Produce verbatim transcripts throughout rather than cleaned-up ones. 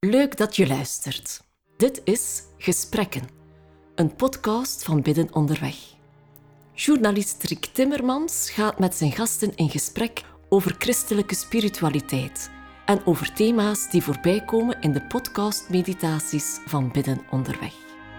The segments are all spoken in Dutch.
Leuk dat je luistert. Dit is Gesprekken, een podcast van Bidden Onderweg. Journalist Rick Timmermans gaat met zijn gasten in gesprek over christelijke spiritualiteit en over thema's die voorbij komen in de podcastmeditaties van Bidden Onderweg.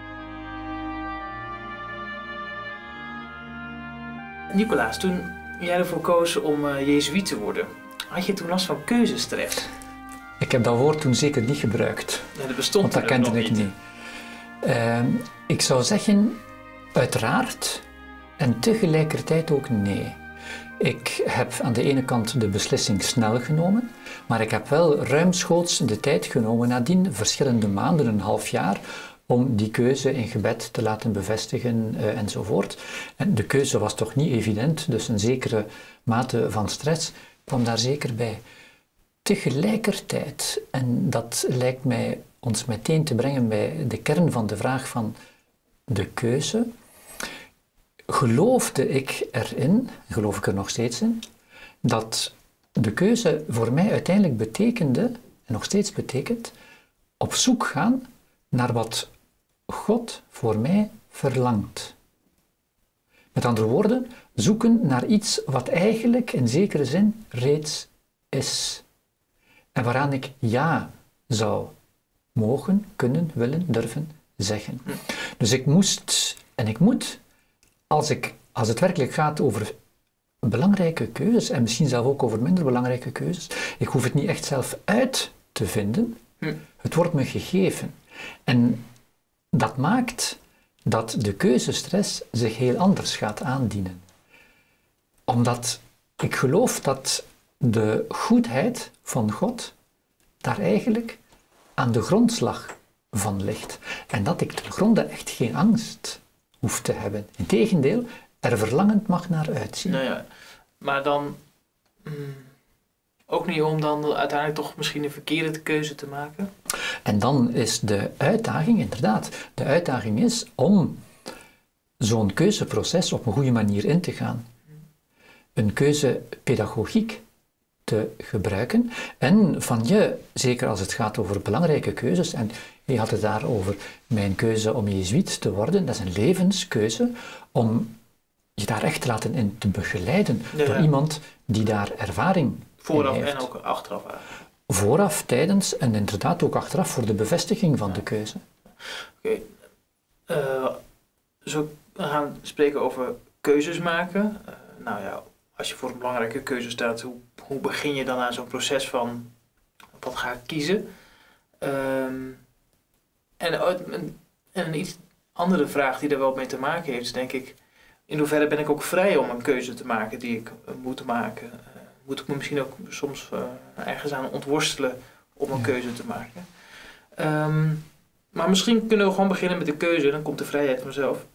Nicolaas, toen jij ervoor koos om uh, jezuïet te worden, had je toen last van keuzestress? Ik heb dat woord toen zeker niet gebruikt. Nee, dat bestond want dat kende ik niet. niet. Uh, ik zou zeggen, uiteraard en tegelijkertijd ook nee. Ik heb aan de ene kant de beslissing snel genomen, maar ik heb wel ruimschoots de tijd genomen nadien, verschillende maanden, een half jaar, om die keuze in gebed te laten bevestigen uh, enzovoort. En de keuze was toch niet evident, dus een zekere mate van stress kwam daar zeker bij. Tegelijkertijd, en dat lijkt mij ons meteen te brengen bij de kern van de vraag van de keuze, geloofde ik erin, geloof ik er nog steeds in, dat de keuze voor mij uiteindelijk betekende, en nog steeds betekent, op zoek gaan naar wat God voor mij verlangt. Met andere woorden, zoeken naar iets wat eigenlijk in zekere zin reeds is. En waaraan ik ja zou mogen, kunnen, willen, durven zeggen. Dus ik moest, en ik moet, als, ik, als het werkelijk gaat over belangrijke keuzes, en misschien zelf ook over minder belangrijke keuzes, ik hoef het niet echt zelf uit te vinden, hm. Het wordt me gegeven. En dat maakt dat de keuzestress zich heel anders gaat aandienen. Omdat ik geloof dat de goedheid van God daar eigenlijk aan de grondslag van ligt. En dat ik ten gronde echt geen angst hoef te hebben. Integendeel, er verlangend mag naar uitzien. Nou ja, maar dan mm, ook niet om dan uiteindelijk toch misschien een verkeerde keuze te maken? En dan is de uitdaging, inderdaad, de uitdaging is om zo'n keuzeproces op een goede manier in te gaan. Een keuzepedagogiek te gebruiken en van je, zeker als het gaat over belangrijke keuzes, en je had het daar over mijn keuze om jezuïet te worden, dat is een levenskeuze, om je daar echt te laten in te begeleiden ja, door ja. iemand die daar ervaring Vooraf in heeft. En ook achteraf eigenlijk. Vooraf, tijdens en inderdaad ook achteraf voor de bevestiging van ja. de keuze. Oké, okay. uh, zo we gaan spreken over keuzes maken. Uh, nou ja, als je voor een belangrijke keuze staat, hoe, hoe begin je dan aan zo'n proces van wat ga ik kiezen? Um, en, en, en een iets andere vraag die er wel mee te maken heeft, is denk ik, in hoeverre ben ik ook vrij om een keuze te maken die ik uh, moet maken? Uh, moet ik me misschien ook soms uh, ergens aan ontworstelen om een ja. keuze te maken? Um, maar misschien kunnen we gewoon beginnen met de keuze, dan komt de vrijheid vanzelf.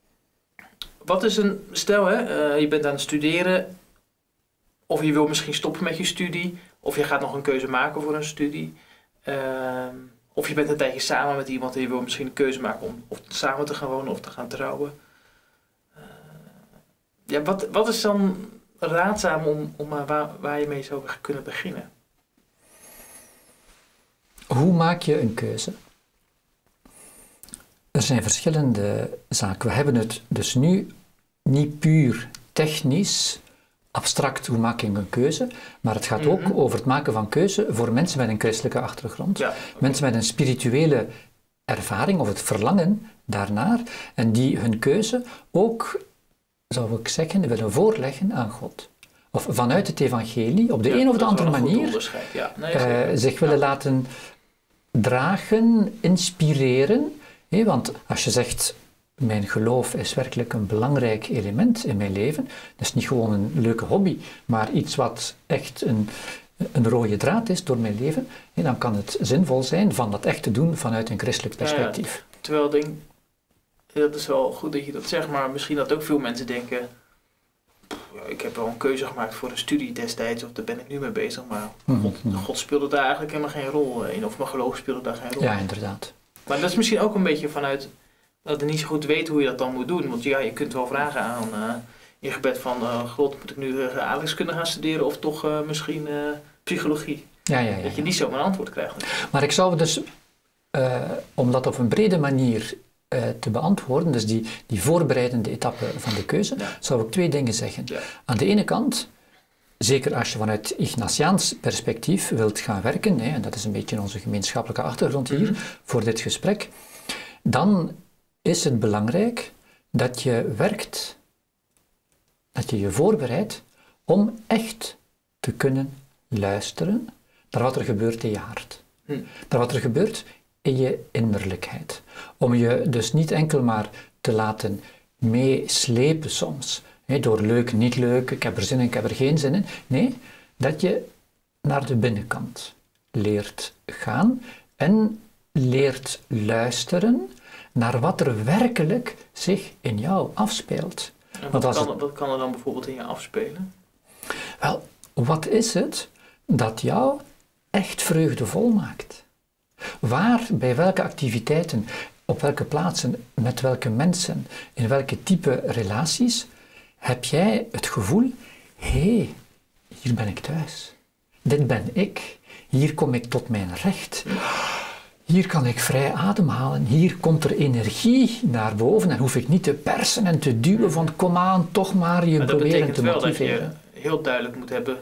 Wat is een, stel hè, uh, je bent aan het studeren, of je wil misschien stoppen met je studie, of je gaat nog een keuze maken voor een studie, uh, of je bent een tijdje samen met iemand en je wil misschien een keuze maken om of samen te gaan wonen of te gaan trouwen. Uh, ja, wat, wat is dan raadzaam om, om uh, waar, waar je mee zou kunnen beginnen? Hoe maak je een keuze? Er zijn verschillende zaken. We hebben het dus nu niet puur technisch, abstract, hoe maak je een keuze, maar het gaat mm-hmm. ook over het maken van keuze voor mensen met een christelijke achtergrond. Ja, okay. Mensen met een spirituele ervaring of het verlangen daarnaar en die hun keuze ook, zou ik zeggen, willen voorleggen aan God. Of vanuit het evangelie, op de ja, een of de andere manier, ja. nee, uh, zich willen ja. laten dragen, inspireren. Nee, want als je zegt, mijn geloof is werkelijk een belangrijk element in mijn leven, dat is niet gewoon een leuke hobby, maar iets wat echt een, een rode draad is door mijn leven, nee, dan kan het zinvol zijn van dat echt te doen vanuit een christelijk perspectief. Ja, ja. Terwijl ik denk, dat is wel goed dat je dat zegt, maar misschien dat ook veel mensen denken, ik heb wel een keuze gemaakt voor een studie destijds, of daar ben ik nu mee bezig, maar God, God speelde daar eigenlijk helemaal geen rol in, of mijn geloof speelde daar geen rol in. Ja, inderdaad. Maar dat is misschien ook een beetje vanuit dat je niet zo goed weet hoe je dat dan moet doen. Want ja, je kunt wel vragen aan uh, je gebed van, uh, God, moet ik nu uh, aardrijkskunde gaan studeren of toch uh, misschien uh, psychologie? Ja, ja, ja, dat je ja. niet zomaar een antwoord krijgt. Maar ik zou dus, uh, om dat op een brede manier uh, te beantwoorden, dus die, die voorbereidende etappe van de keuze, ja. zou ik twee dingen zeggen. Ja. Aan de ene kant, zeker als je vanuit Ignatiaans perspectief wilt gaan werken, hè, en dat is een beetje onze gemeenschappelijke achtergrond hier mm-hmm. voor dit gesprek, dan is het belangrijk dat je werkt, dat je je voorbereidt om echt te kunnen luisteren naar wat er gebeurt in je hart. Hm. Naar wat er gebeurt in je innerlijkheid. Om je dus niet enkel maar te laten meeslepen soms, hè, door leuk, niet leuk, ik heb er zin in, ik heb er geen zin in. Nee, dat je naar de binnenkant leert gaan en leert luisteren naar wat er werkelijk zich in jou afspeelt. En wat, kan, het, wat kan er dan bijvoorbeeld in je afspelen? Wel, wat is het dat jou echt vreugdevol maakt? Waar, bij welke activiteiten, op welke plaatsen, met welke mensen, in welke type relaties, heb jij het gevoel, hé, hey, hier ben ik thuis. Dit ben ik. Hier kom ik tot mijn recht. Hier kan ik vrij ademhalen. Hier komt er energie naar boven en hoef ik niet te persen en te duwen van kom aan, toch maar je maar proberen te motiveren. Dat betekent wel dat je heel duidelijk moet hebben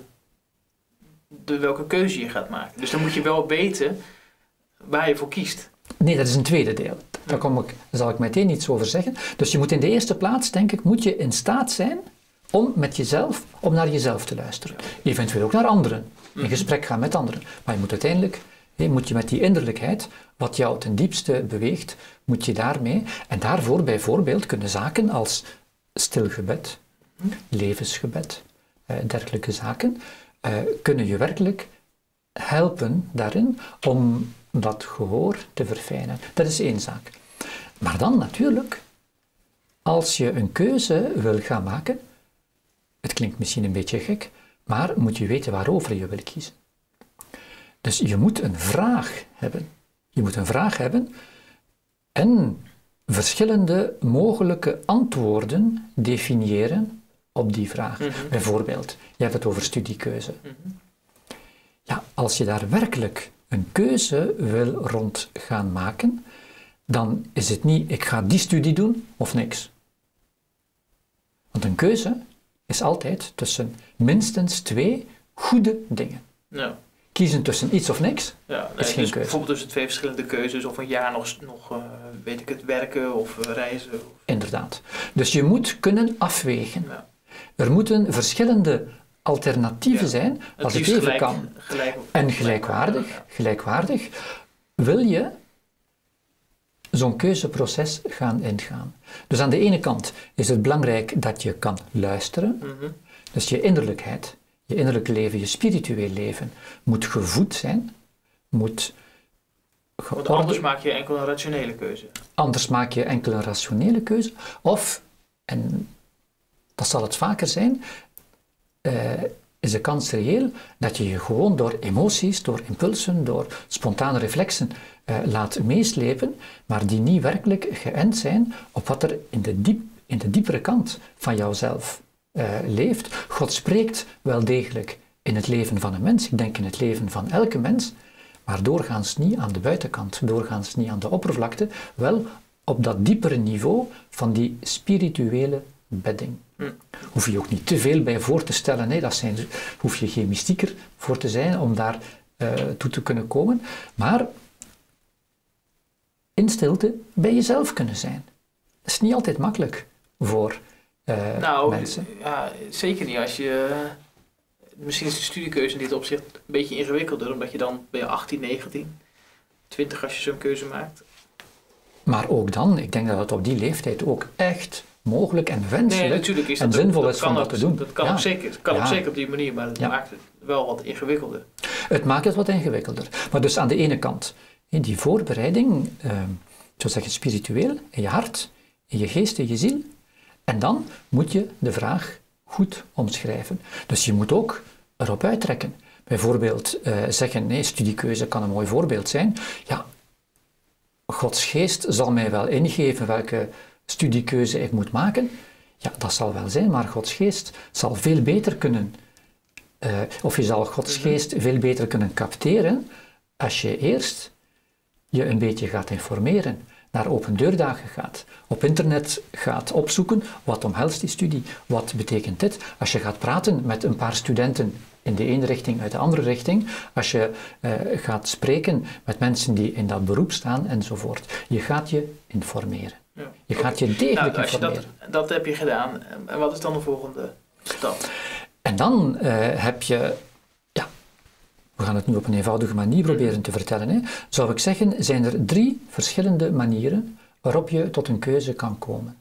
de welke keuze je gaat maken. Dus dan moet je wel weten waar je voor kiest. Nee, dat is een tweede deel. Daar, kom ik, daar zal ik meteen iets over zeggen. Dus je moet in de eerste plaats, denk ik, moet je in staat zijn om met jezelf, om naar jezelf te luisteren. Eventueel ook naar anderen. In gesprek gaan met anderen. Maar je moet uiteindelijk, he, moet je met die innerlijkheid, wat jou ten diepste beweegt, moet je daarmee, en daarvoor bijvoorbeeld kunnen zaken als stilgebed, levensgebed, eh, dergelijke zaken, eh, kunnen je werkelijk helpen daarin om dat gehoor te verfijnen. Dat is één zaak. Maar dan natuurlijk, als je een keuze wil gaan maken, het klinkt misschien een beetje gek, maar moet je weten waarover je wil kiezen. Dus je moet een vraag hebben. Je moet een vraag hebben en verschillende mogelijke antwoorden definiëren op die vraag. Mm-hmm. Bijvoorbeeld, je hebt het over studiekeuze. Mm-hmm. Ja, als je daar werkelijk een keuze wil rond gaan maken, dan is het niet, ik ga die studie doen of niks. Want een keuze is altijd tussen minstens twee goede dingen. Ja. Kiezen tussen iets of niks ja, nee, is geen dus keuze. Bijvoorbeeld tussen twee verschillende keuzes, of een jaar nog, nog uh, weet ik het, werken of uh, reizen. Of... Inderdaad. Dus je moet kunnen afwegen. Ja. Er moeten verschillende alternatieven ja. zijn, het als het even gelijk, kan. Gelijk, en gelijkwaardig, ja. gelijkwaardig wil je zo'n keuzeproces gaan ingaan. Dus aan de ene kant is het belangrijk dat je kan luisteren. Mm-hmm. Dus je innerlijkheid, je innerlijk leven, je spiritueel leven moet gevoed zijn, moet geordend. Want anders maak je enkel een rationele keuze. Anders maak je enkel een rationele keuze. Of, en dat zal het vaker zijn, uh, is de kans reëel dat je je gewoon door emoties, door impulsen, door spontane reflexen uh, laat meeslepen, maar die niet werkelijk geënt zijn op wat er in de, diep, in de diepere kant van jouzelf uh, leeft. God spreekt wel degelijk in het leven van een mens, ik denk in het leven van elke mens, maar doorgaans niet aan de buitenkant, doorgaans niet aan de oppervlakte, wel op dat diepere niveau van die spirituele bedding. Hm. Hoef je ook niet te veel bij voor te stellen, nee, dat zijn, hoef je geen mystieker voor te zijn om daar uh, toe te kunnen komen, maar in stilte bij jezelf kunnen zijn. Dat is niet altijd makkelijk voor uh, nou, mensen. Ja, zeker niet als je... Uh, misschien is de studiekeuze in dit opzicht een beetje ingewikkelder, omdat je dan ben je achttien, negentien, twintig als je zo'n keuze maakt. Maar ook dan, ik denk dat het op die leeftijd ook echt mogelijk en wenselijk nee, is en dat zinvol dat is om dat te doen. Dat kan, ja. ook, zeker, kan ja. ook zeker op die manier, maar het ja. maakt het wel wat ingewikkelder. Het maakt het wat ingewikkelder. Maar dus aan de ene kant, in die voorbereiding, eh, zo zeg je spiritueel, in je hart, in je geest, in je ziel. En dan moet je de vraag goed omschrijven. Dus je moet ook erop uittrekken. Bijvoorbeeld uh, zeggen, nee, studiekeuze kan een mooi voorbeeld zijn. Ja, Gods geest zal mij wel ingeven welke studiekeuze ik moet maken. Ja, dat zal wel zijn, maar Gods geest zal veel beter kunnen uh, of je zal Gods geest veel beter kunnen capteren als je eerst je een beetje gaat informeren, naar open deurdagen gaat, op internet gaat opzoeken, wat omhelst die studie, wat betekent dit. Als je gaat praten met een paar studenten in de ene richting, uit de andere richting, als je uh, gaat spreken met mensen die in dat beroep staan enzovoort. Je gaat je informeren. Ja. Je gaat okay. je degelijk nou, informeren. Dat, dat heb je gedaan. En wat is dan de volgende stap? En dan uh, heb je, ja, we gaan het nu op een eenvoudige manier proberen te vertellen. Hè. Zou ik zeggen, zijn er drie verschillende manieren waarop je tot een keuze kan komen.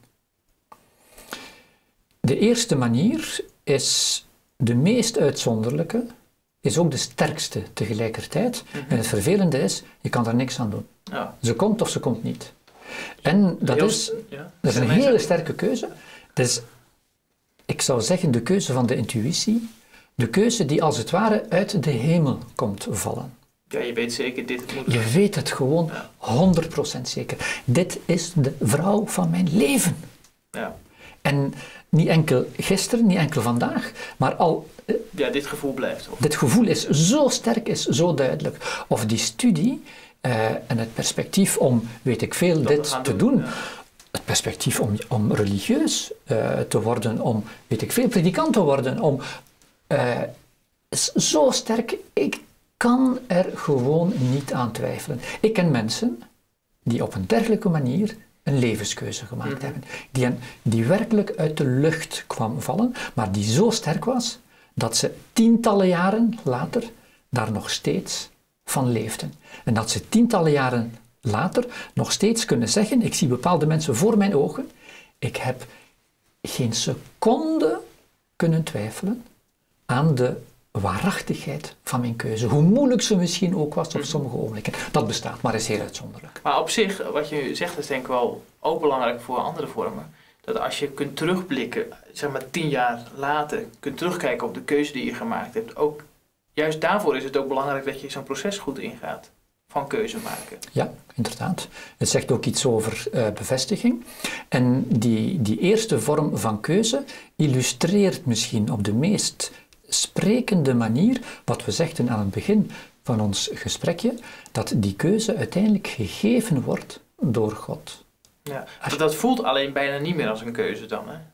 De eerste manier is de meest uitzonderlijke, is ook de sterkste tegelijkertijd. Mm-hmm. En het vervelende is, je kan daar niks aan doen. Ja. Ze komt of ze komt niet. En dat Heel, is, ja. dat is een hele sterke keuze. Dus ik zou zeggen de keuze van de intuïtie, de keuze die als het ware uit de hemel komt vallen. Ja, je weet zeker, dit moet... Je weet het gewoon ja. honderd procent zeker. Dit is de vrouw van mijn leven. Ja. En niet enkel gisteren, niet enkel vandaag, maar al... Ja, dit gevoel blijft. Of? Dit gevoel is zo sterk, is zo duidelijk. Of die studie uh, en het perspectief om, weet ik veel, dat dit te doen. doen. Ja. Het perspectief om, om religieus uh, te worden, om, weet ik veel, predikant te worden, om... Uh, is zo sterk, ik kan er gewoon niet aan twijfelen. Ik ken mensen die op een dergelijke manier een levenskeuze gemaakt mm-hmm. hebben. Die, een, die werkelijk uit de lucht kwam vallen, maar die zo sterk was, dat ze tientallen jaren later daar nog steeds van leefden. En dat ze tientallen jaren later nog steeds kunnen zeggen, ik zie bepaalde mensen voor mijn ogen, ik heb geen seconde kunnen twijfelen aan de waarachtigheid van mijn keuze. Hoe moeilijk ze misschien ook was op sommige ogenblikken. Dat bestaat, maar is heel uitzonderlijk. Maar op zich, wat je nu zegt, is denk ik wel ook belangrijk voor andere vormen. Dat als je kunt terugblikken, zeg maar tien jaar later, kunt terugkijken op de keuze die je gemaakt hebt. Ook, juist daarvoor is het ook belangrijk dat je zo'n proces goed ingaat. Van keuze maken. Ja, inderdaad. Het zegt ook iets over uh, bevestiging. En die, die eerste vorm van keuze illustreert misschien op de meest sprekende manier wat we zegden aan het begin van ons gesprekje, dat die keuze uiteindelijk gegeven wordt door God. Ja, dat, dat voelt alleen bijna niet meer als een keuze dan, hè?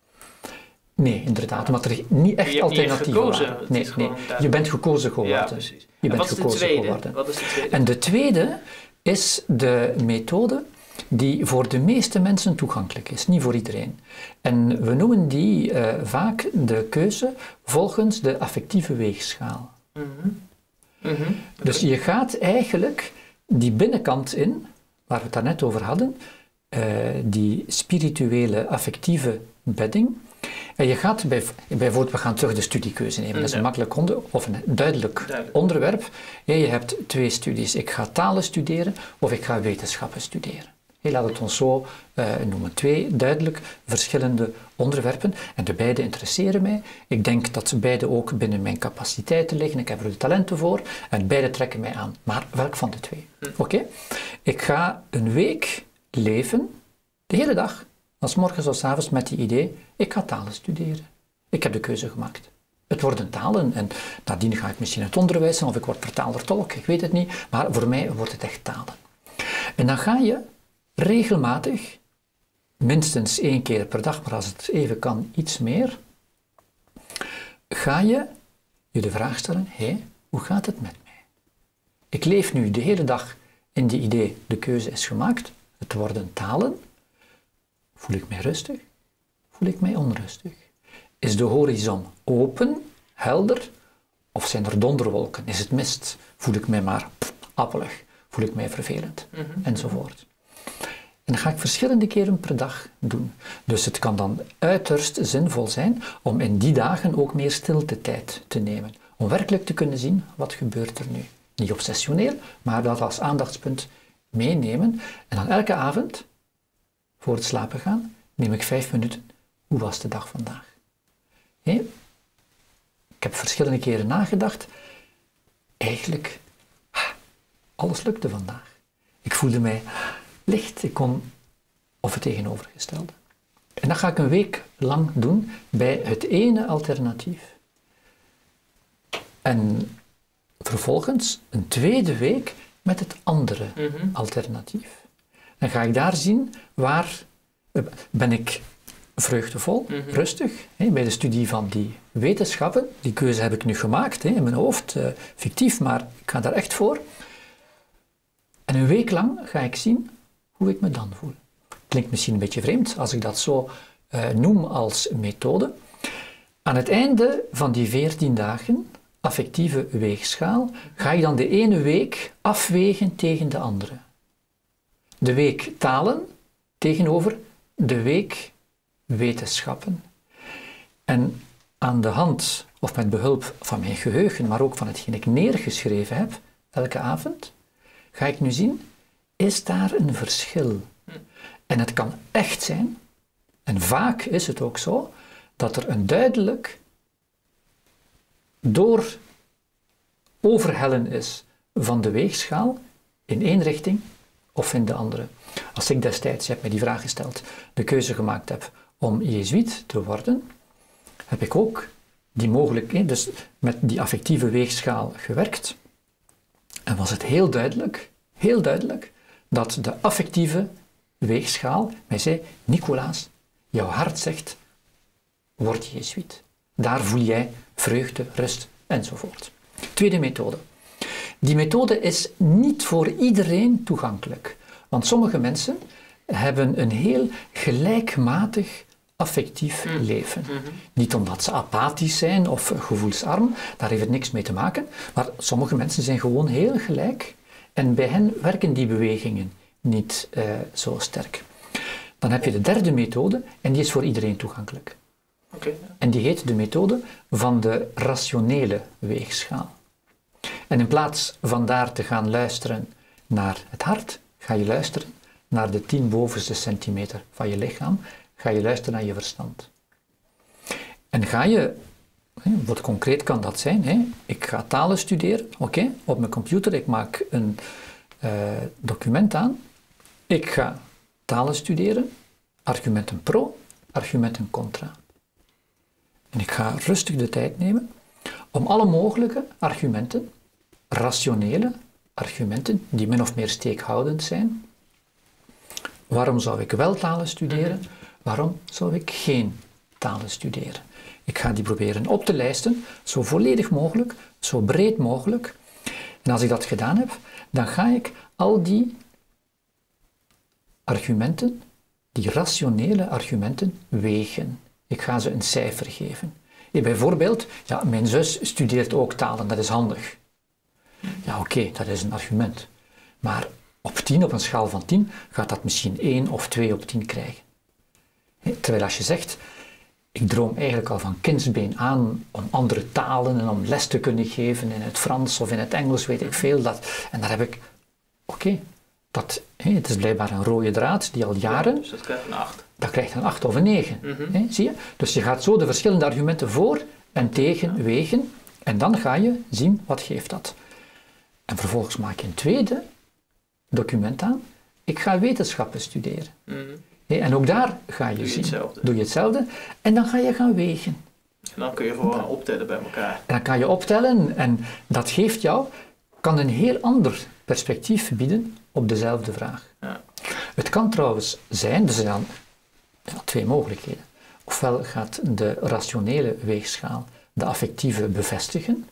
Nee, inderdaad, omdat er niet echt alternatieven waren. Nee, nee. Je bent gekozen geworden. Ja, precies. Je bent wat is gekozen de tweede? geworden. Wat is de tweede? En de tweede is de methode die voor de meeste mensen toegankelijk is, niet voor iedereen. En we noemen die uh, vaak de keuze volgens de affectieve weegschaal. Mm-hmm. Mm-hmm. Dus je gaat eigenlijk die binnenkant in, waar we het daarnet over hadden, uh, die spirituele affectieve bedding. En je gaat bij, bijvoorbeeld, we gaan terug de studiekeuze nemen, dat is een makkelijk onder, of een duidelijk, duidelijk. onderwerp. Ja, je hebt twee studies, ik ga talen studeren of ik ga wetenschappen studeren. Hey, laat het ons zo uh, noemen. Twee duidelijk verschillende onderwerpen. En de beide interesseren mij. Ik denk dat ze beide ook binnen mijn capaciteiten liggen. Ik heb er de talenten voor. En beide trekken mij aan. Maar welk van de twee? Hm. Oké? Okay? Ik ga een week leven, de hele dag, als morgens of 's avonds met die idee, ik ga talen studeren. Ik heb de keuze gemaakt. Het worden talen en nadien ga ik misschien het onderwijs of ik word vertaler-tolk, ik weet het niet. Maar voor mij wordt het echt talen. En dan ga je regelmatig, minstens één keer per dag, maar als het even kan, iets meer, ga je je de vraag stellen, hé, hey, hoe gaat het met mij? Ik leef nu de hele dag in die idee, de keuze is gemaakt, het worden talen. Voel ik mij rustig? Voel ik mij onrustig? Is de horizon open, helder, of zijn er donderwolken? Is het mist? Voel ik mij maar pff, appelig? Voel ik mij vervelend? Mm-hmm. Enzovoort. En dat ga ik verschillende keren per dag doen. Dus het kan dan uiterst zinvol zijn om in die dagen ook meer stiltetijd te nemen. Om werkelijk te kunnen zien, wat gebeurt er nu? Niet obsessioneel, maar dat als aandachtspunt meenemen. En dan elke avond, voor het slapen gaan, neem ik vijf minuten. Hoe was de dag vandaag? Hey, ik heb verschillende keren nagedacht. Eigenlijk, alles lukte vandaag. Ik voelde mij licht, ik kon, of het tegenovergestelde. En dat ga ik een week lang doen bij het ene alternatief. En vervolgens een tweede week met het andere Mm-hmm. alternatief. Dan ga ik daar zien waar ben ik vreugdevol, Mm-hmm. rustig. Hè, bij de studie van die wetenschappen. Die keuze heb ik nu gemaakt hè, in mijn hoofd, uh, fictief, maar ik ga daar echt voor. En een week lang ga ik zien hoe ik me dan voel. Klinkt misschien een beetje vreemd als ik dat zo uh, noem als methode. Aan het einde van die veertien dagen, affectieve weegschaal, ga je dan de ene week afwegen tegen de andere. De week talen tegenover de week wetenschappen. En aan de hand, of met behulp van mijn geheugen, maar ook van hetgeen ik neergeschreven heb, elke avond, ga ik nu zien, is daar een verschil? En het kan echt zijn, en vaak is het ook zo, dat er een duidelijk door overhellen is van de weegschaal in één richting of in de andere. Als ik destijds, je hebt mij die vraag gesteld, de keuze gemaakt heb om jezuïet te worden, heb ik ook die mogelijkheid, dus met die affectieve weegschaal gewerkt. En was het heel duidelijk, heel duidelijk, dat de affectieve weegschaal mij zei, Nicolaas, jouw hart zegt, word jezuïet. Daar voel jij vreugde, rust enzovoort. Tweede methode. Die methode is niet voor iedereen toegankelijk. Want sommige mensen hebben een heel gelijkmatig affectief mm. leven. Mm-hmm. Niet omdat ze apathisch zijn of gevoelsarm, daar heeft het niks mee te maken. Maar sommige mensen zijn gewoon heel gelijk en bij hen werken die bewegingen niet uh, zo sterk. Dan heb je de derde methode en die is voor iedereen toegankelijk. Okay, ja. En die heet de methode van de rationele weegschaal. En in plaats van daar te gaan luisteren naar het hart, ga je luisteren naar de tien bovenste centimeter van je lichaam, ga je luisteren naar je verstand. En ga je, wat concreet kan dat zijn, hè? Ik ga talen studeren, oké, okay, op mijn computer, ik maak een uh, document aan, ik ga talen studeren, argumenten pro, argumenten contra. En ik ga rustig de tijd nemen om alle mogelijke argumenten, rationele argumenten, die min of meer steekhoudend zijn. Waarom zou ik wel talen studeren? Waarom zou ik geen talen studeren? Ik ga die proberen op te lijsten, zo volledig mogelijk, zo breed mogelijk. En als ik dat gedaan heb, dan ga ik al die argumenten, die rationele argumenten, wegen. Ik ga ze een cijfer geven. En bijvoorbeeld, ja, mijn zus studeert ook talen, dat is handig. Ja, oké, okay, dat is een argument. Maar op tien, op een schaal van tien, gaat dat misschien één of twee op tien krijgen. Terwijl als je zegt, ik droom eigenlijk al van kindsbeen aan om andere talen en om les te kunnen geven in het Frans of in het Engels, weet ik veel. Dat, en daar heb ik, oké, okay, dat, hey, het is blijkbaar een rode draad die al jaren... Ja, dus dat krijgt een acht. Dat krijgt een acht of een negen, Mm-hmm. hey, zie je? Dus je gaat zo de verschillende argumenten voor en tegen ja. wegen en dan ga je zien wat geeft dat. En vervolgens maak je een tweede document aan. Ik ga wetenschappen studeren. Mm-hmm. Hey, en ook daar ga je, doe je zien. Hetzelfde. Doe je hetzelfde. En dan ga je gaan wegen. En dan kun je gewoon optellen bij elkaar. En dan kan je optellen en dat geeft jou, kan een heel ander perspectief bieden op dezelfde vraag. Ja. Het kan trouwens zijn, er zijn dan ja, twee mogelijkheden. Ofwel gaat de rationele weegschaal de affectieve bevestigen,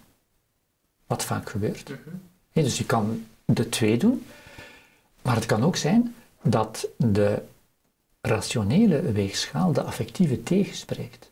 wat vaak gebeurt. Mm-hmm. Hey, dus je kan de twee doen, maar het kan ook zijn dat de rationele weegschaal de affectieve tegenspreekt.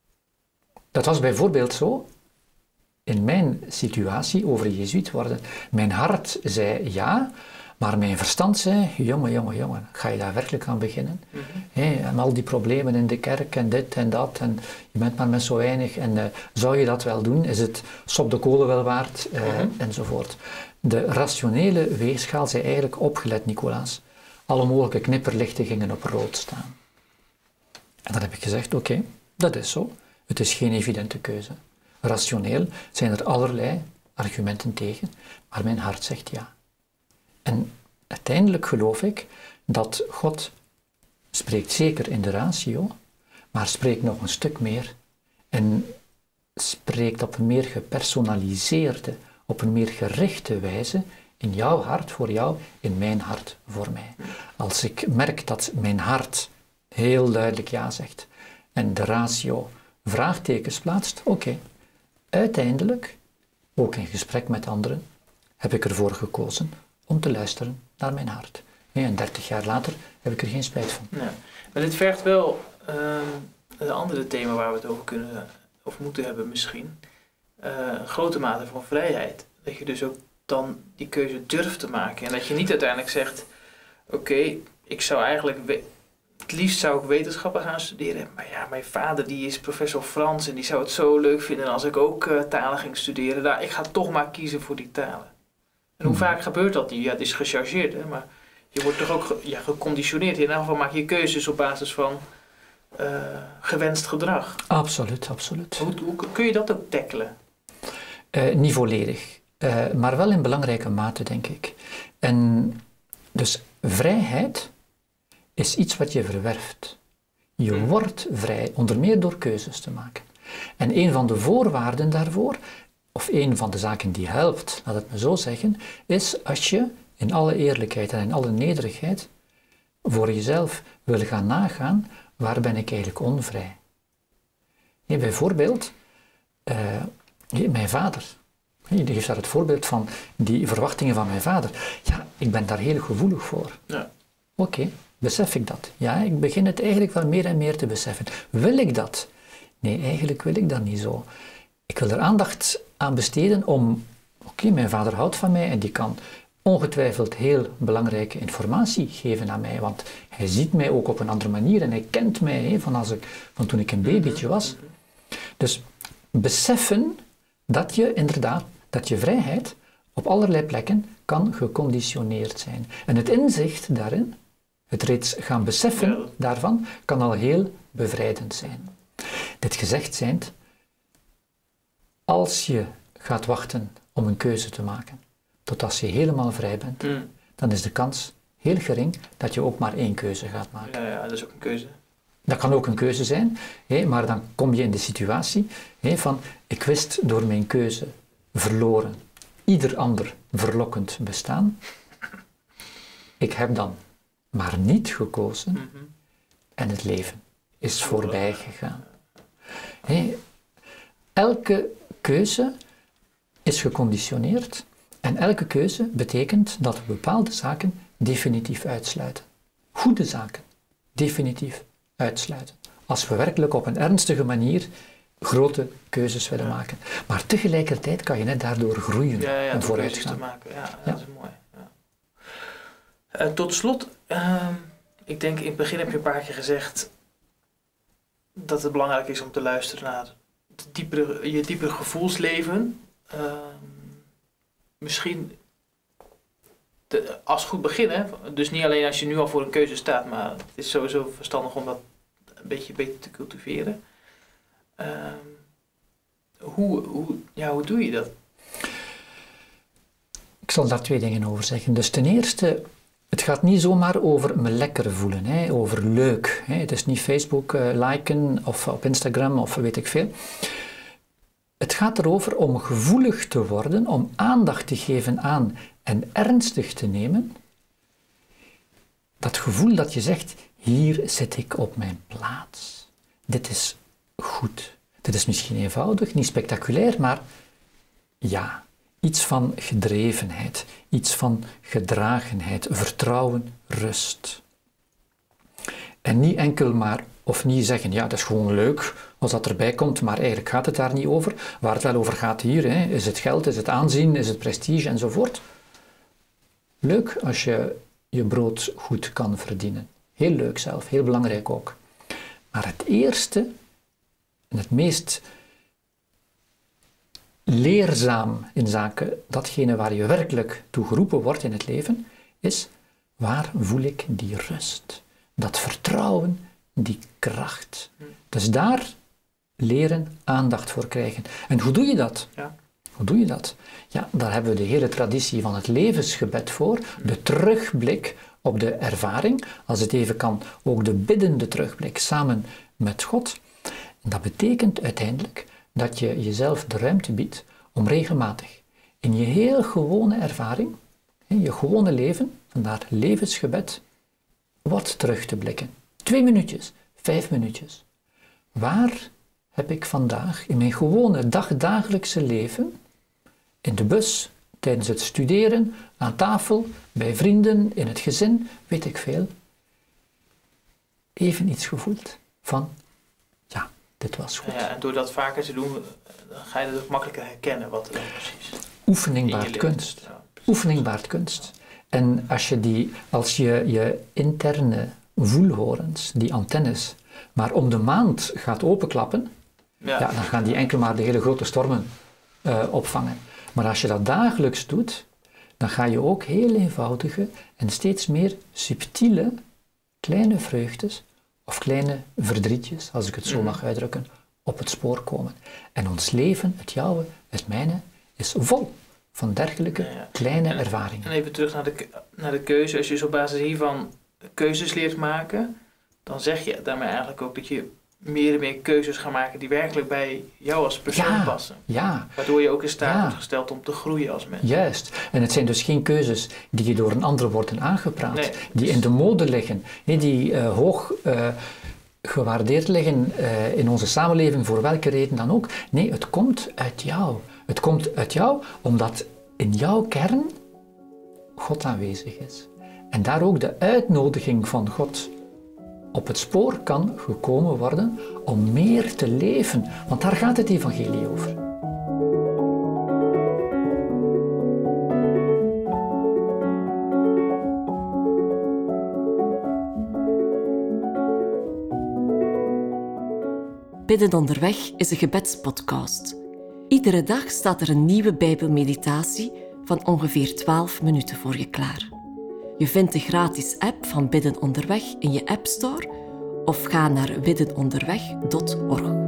Dat was bijvoorbeeld zo in mijn situatie over jezuïet worden. Mijn hart zei ja, maar mijn verstand zei, jongen, jongen, jongen, ga je daar werkelijk aan beginnen? Mm-hmm. Hey, en al die problemen in de kerk en dit en dat, en je bent maar met zo weinig, en uh, zou je dat wel doen? Is het sop de kolen wel waard? Uh, mm-hmm. Enzovoort. De rationele weegschaal zei eigenlijk, opgelet Nicolaas, alle mogelijke knipperlichten gingen op rood staan. En dan heb ik gezegd, oké, okay, dat is zo. Het is geen evidente keuze. Rationeel zijn er allerlei argumenten tegen, maar mijn hart zegt ja. En uiteindelijk geloof ik dat God spreekt zeker in de ratio, maar spreekt nog een stuk meer. En spreekt op een meer gepersonaliseerde, op een meer gerichte wijze in jouw hart voor jou, in mijn hart voor mij. Als ik merk dat mijn hart heel duidelijk ja zegt en de ratio vraagtekens plaatst, oké, okay. Uiteindelijk, ook in gesprek met anderen, heb ik ervoor gekozen om te luisteren naar mijn hart. En dertig jaar later heb ik er geen spijt van. Ja. Maar dit vergt wel uh, een andere thema waar we het over kunnen of moeten hebben misschien. Uh, een grote mate van vrijheid. Dat je dus ook dan die keuze durft te maken. En dat je niet uiteindelijk zegt, oké, okay, ik zou eigenlijk... We- het liefst zou ik wetenschappen gaan studeren. Maar ja, mijn vader die is professor Frans en die zou het zo leuk vinden als ik ook uh, talen ging studeren. Nou, ik ga toch maar kiezen voor die talen. En hoe hmm. vaak gebeurt dat niet? Ja, het is gechargeerd, hè, maar je wordt toch ook ge- ja, geconditioneerd. In ieder geval maak je keuzes op basis van uh, gewenst gedrag. Absoluut, absoluut. Hoe, hoe kun je dat ook tackelen? Uh, niet volledig, uh, maar wel in belangrijke mate, denk ik. En dus vrijheid is iets wat je verwerft. Je hmm. wordt vrij, onder meer door keuzes te maken. En een van de voorwaarden daarvoor, of een van de zaken die helpt, laat het me zo zeggen, is als je in alle eerlijkheid en in alle nederigheid voor jezelf wil gaan nagaan, waar ben ik eigenlijk onvrij? Nee, bijvoorbeeld, uh, mijn vader. Je geeft daar het voorbeeld van die verwachtingen van mijn vader. Ja, ik ben daar heel gevoelig voor. Ja. Oké. Okay. Besef ik dat? Ja, ik begin het eigenlijk wel meer en meer te beseffen. Wil ik dat? Nee, eigenlijk wil ik dat niet zo. Ik wil er aandacht aan besteden om... Oké, okay, mijn vader houdt van mij en die kan ongetwijfeld heel belangrijke informatie geven aan mij, want hij ziet mij ook op een andere manier en hij kent mij hè, van, als ik, van toen ik een babytje was. Dus beseffen dat je inderdaad, dat je vrijheid op allerlei plekken kan geconditioneerd zijn. En het inzicht daarin, het reeds gaan beseffen ja. daarvan, kan al heel bevrijdend zijn. Dit gezegd zijnd, als je gaat wachten om een keuze te maken, tot als je helemaal vrij bent, mm. dan is de kans heel gering dat je ook maar één keuze gaat maken. Ja, ja, dat is ook een keuze. Dat kan ook een keuze zijn, hé, maar dan kom je in de situatie hé, van, ik wist door mijn keuze verloren ieder ander verlokkend bestaan. Ik heb dan maar niet gekozen mm-hmm. en het leven is voorbij gegaan. Hé, elke keuze is geconditioneerd en elke keuze betekent dat we bepaalde zaken definitief uitsluiten. Goede zaken definitief uitsluiten. Als we werkelijk op een ernstige manier grote keuzes willen ja. maken. Maar tegelijkertijd kan je net daardoor groeien ja, ja, en vooruit gaan. Te maken. Ja, ja, dat is mooi. Ja. Uh, tot slot, uh, ik denk in het begin heb je een paar keer gezegd dat het belangrijk is om te luisteren naar het diepere, je diepere gevoelsleven. Uh, misschien de, als goed beginnen, dus niet alleen als je nu al voor een keuze staat, maar het is sowieso verstandig om dat een beetje beter te cultiveren. Uh, hoe, hoe, ja, hoe doe je dat? Ik zal daar twee dingen over zeggen. Dus ten eerste, het gaat niet zomaar over me lekker voelen, hè, over leuk. Hè. Het is niet Facebook uh, liken of op Instagram of weet ik veel. Het gaat erover om gevoelig te worden, om aandacht te geven aan en ernstig te nemen. Dat gevoel dat je zegt, hier zit ik op mijn plaats. Dit is goed. Dit is misschien eenvoudig, niet spectaculair, maar ja, iets van gedrevenheid, iets van gedragenheid, vertrouwen, rust. En niet enkel maar, of niet zeggen, ja, dat is gewoon leuk als dat erbij komt, maar eigenlijk gaat het daar niet over. Waar het wel over gaat hier, hè, is het geld, is het aanzien, is het prestige enzovoort. Leuk als je je brood goed kan verdienen. Heel leuk zelf, heel belangrijk ook. Maar het eerste en het meest leerzaam in zaken datgene waar je werkelijk toe geroepen wordt in het leven, is waar voel ik die rust, dat vertrouwen, die kracht. Dus daar leren aandacht voor krijgen. En hoe doe je dat? Ja. Hoe doe je dat? Ja, daar hebben we de hele traditie van het levensgebed voor, de terugblik op de ervaring, als het even kan, ook de biddende terugblik samen met God. En dat betekent uiteindelijk dat je jezelf de ruimte biedt om regelmatig in je heel gewone ervaring, in je gewone leven, vandaar levensgebed, wat terug te blikken. Twee minuutjes, vijf minuutjes. Waar heb ik vandaag in mijn gewone dagdagelijkse leven, in de bus, tijdens het studeren, aan tafel, bij vrienden, in het gezin, weet ik veel, even iets gevoeld van, ja, dit was goed. Ja, en door dat vaker te doen, dan ga je het ook makkelijker herkennen wat er dan precies is. Oefening baart kunst. Ja, Oefening baart kunst. En als je, die, als je je interne voelhorens, die antennes, maar om de maand gaat openklappen, ja. Ja, dan gaan die enkel maar de hele grote stormen uh, opvangen. Maar als je dat dagelijks doet, dan ga je ook heel eenvoudige en steeds meer subtiele kleine vreugdes of kleine verdrietjes, als ik het zo mag uitdrukken, op het spoor komen. En ons leven, het jouwe, het mijne, is vol van dergelijke ja, ja. kleine en, ervaringen. En even terug naar de, naar de keuze. Als je dus op basis hiervan keuzes leert maken, dan zeg je daarmee eigenlijk ook dat je meer en meer keuzes gaat maken die werkelijk bij jou als persoon ja, passen. Ja. Waardoor je ook in staat ja. wordt gesteld om te groeien als mens. Juist. En het zijn dus geen keuzes die je door een ander worden aangepraat, nee, die in de mode liggen, die uh, hoog uh, gewaardeerd liggen uh, in onze samenleving, voor welke reden dan ook. Nee, het komt uit jou. Het komt uit jou omdat in jouw kern God aanwezig is. En daar ook de uitnodiging van God op het spoor kan gekomen worden om meer te leven. Want daar gaat het evangelie over. Bidden onderweg is een gebedspodcast. Iedere dag staat er een nieuwe Bijbelmeditatie van ongeveer twaalf minuten voor je klaar. Je vindt de gratis app van Bidden onderweg in je App Store of ga naar biddenonderweg punt org.